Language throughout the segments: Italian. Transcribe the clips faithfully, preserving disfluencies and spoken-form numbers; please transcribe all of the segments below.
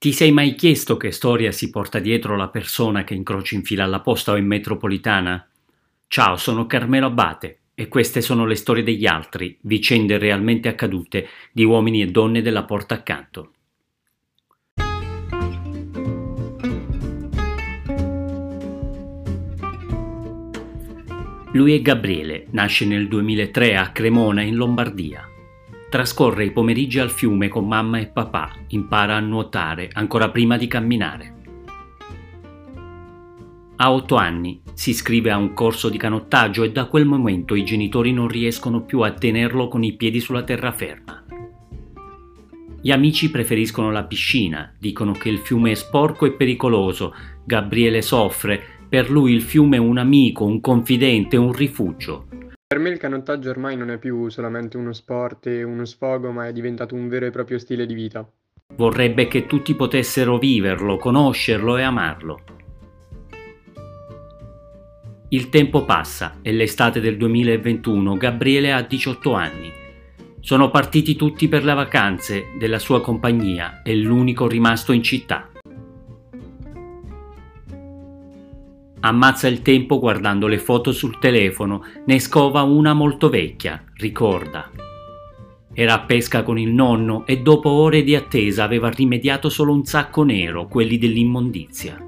Ti sei mai chiesto che storia si porta dietro la persona che incroci in fila alla posta o in metropolitana? Ciao, sono Carmelo Abate e queste sono le storie degli altri, vicende realmente accadute di uomini e donne della porta accanto. Lui è Gabriele, nasce nel duemilatré a Cremona in Lombardia. Trascorre i pomeriggi al fiume con mamma e papà, impara a nuotare ancora prima di camminare. A otto anni si iscrive a un corso di canottaggio e da quel momento i genitori non riescono più a tenerlo con i piedi sulla terraferma. Gli amici preferiscono la piscina, dicono che il fiume è sporco e pericoloso. Gabriele soffre, per lui il fiume è un amico, un confidente, un rifugio. Per me il canottaggio ormai non è più solamente uno sport e uno sfogo, ma è diventato un vero e proprio stile di vita. Vorrebbe che tutti potessero viverlo, conoscerlo e amarlo. Il tempo passa e l'estate del duemilaventuno Gabriele ha diciotto anni. Sono partiti tutti per le vacanze della sua compagnia, è l'unico rimasto in città. Ammazza il tempo guardando le foto sul telefono, ne scova una molto vecchia, ricorda. Era a pesca con il nonno e dopo ore di attesa aveva rimediato solo un sacco nero, quelli dell'immondizia.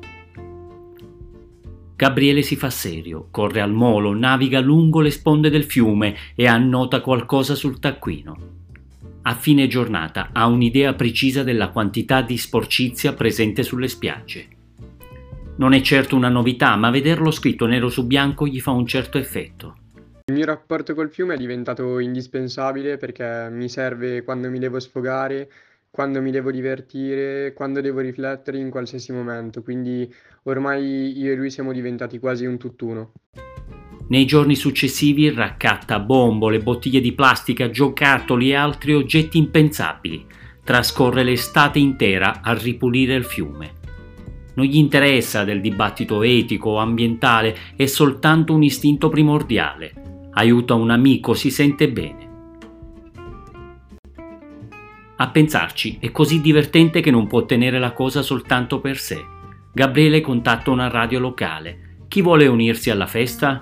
Gabriele si fa serio, corre al molo, naviga lungo le sponde del fiume e annota qualcosa sul taccuino. A fine giornata ha un'idea precisa della quantità di sporcizia presente sulle spiagge. Non è certo una novità, ma vederlo scritto nero su bianco gli fa un certo effetto. Il mio rapporto col fiume è diventato indispensabile perché mi serve quando mi devo sfogare, quando mi devo divertire, quando devo riflettere in qualsiasi momento, quindi ormai io e lui siamo diventati quasi un tutt'uno. Nei giorni successivi raccatta bombole, bottiglie di plastica, giocattoli e altri oggetti impensabili. Trascorre l'estate intera a ripulire il fiume. Non gli interessa del dibattito etico o ambientale, è soltanto un istinto primordiale. Aiuta un amico, si sente bene. A pensarci, è così divertente che non può tenere la cosa soltanto per sé. Gabriele contatta una radio locale. Chi vuole unirsi alla festa?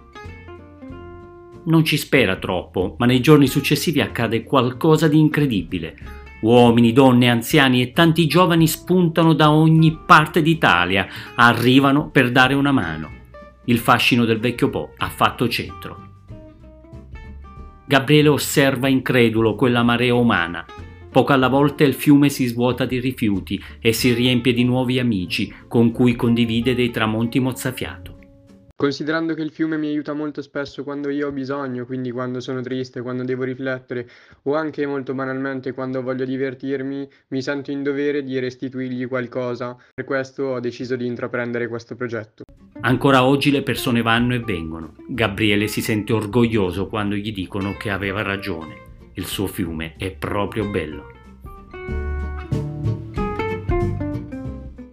Non ci spera troppo, ma nei giorni successivi accade qualcosa di incredibile. Uomini, donne, anziani e tanti giovani spuntano da ogni parte d'Italia, arrivano per dare una mano. Il fascino del vecchio Po ha fatto centro. Gabriele osserva incredulo quella marea umana. Poco alla volta il fiume si svuota di rifiuti e si riempie di nuovi amici con cui condivide dei tramonti mozzafiato. Considerando che il fiume mi aiuta molto spesso quando io ho bisogno, quindi quando sono triste, quando devo riflettere o anche molto banalmente quando voglio divertirmi, mi sento in dovere di restituirgli qualcosa. Per questo ho deciso di intraprendere questo progetto. Ancora oggi le persone vanno e vengono. Gabriele si sente orgoglioso quando gli dicono che aveva ragione. Il suo fiume è proprio bello.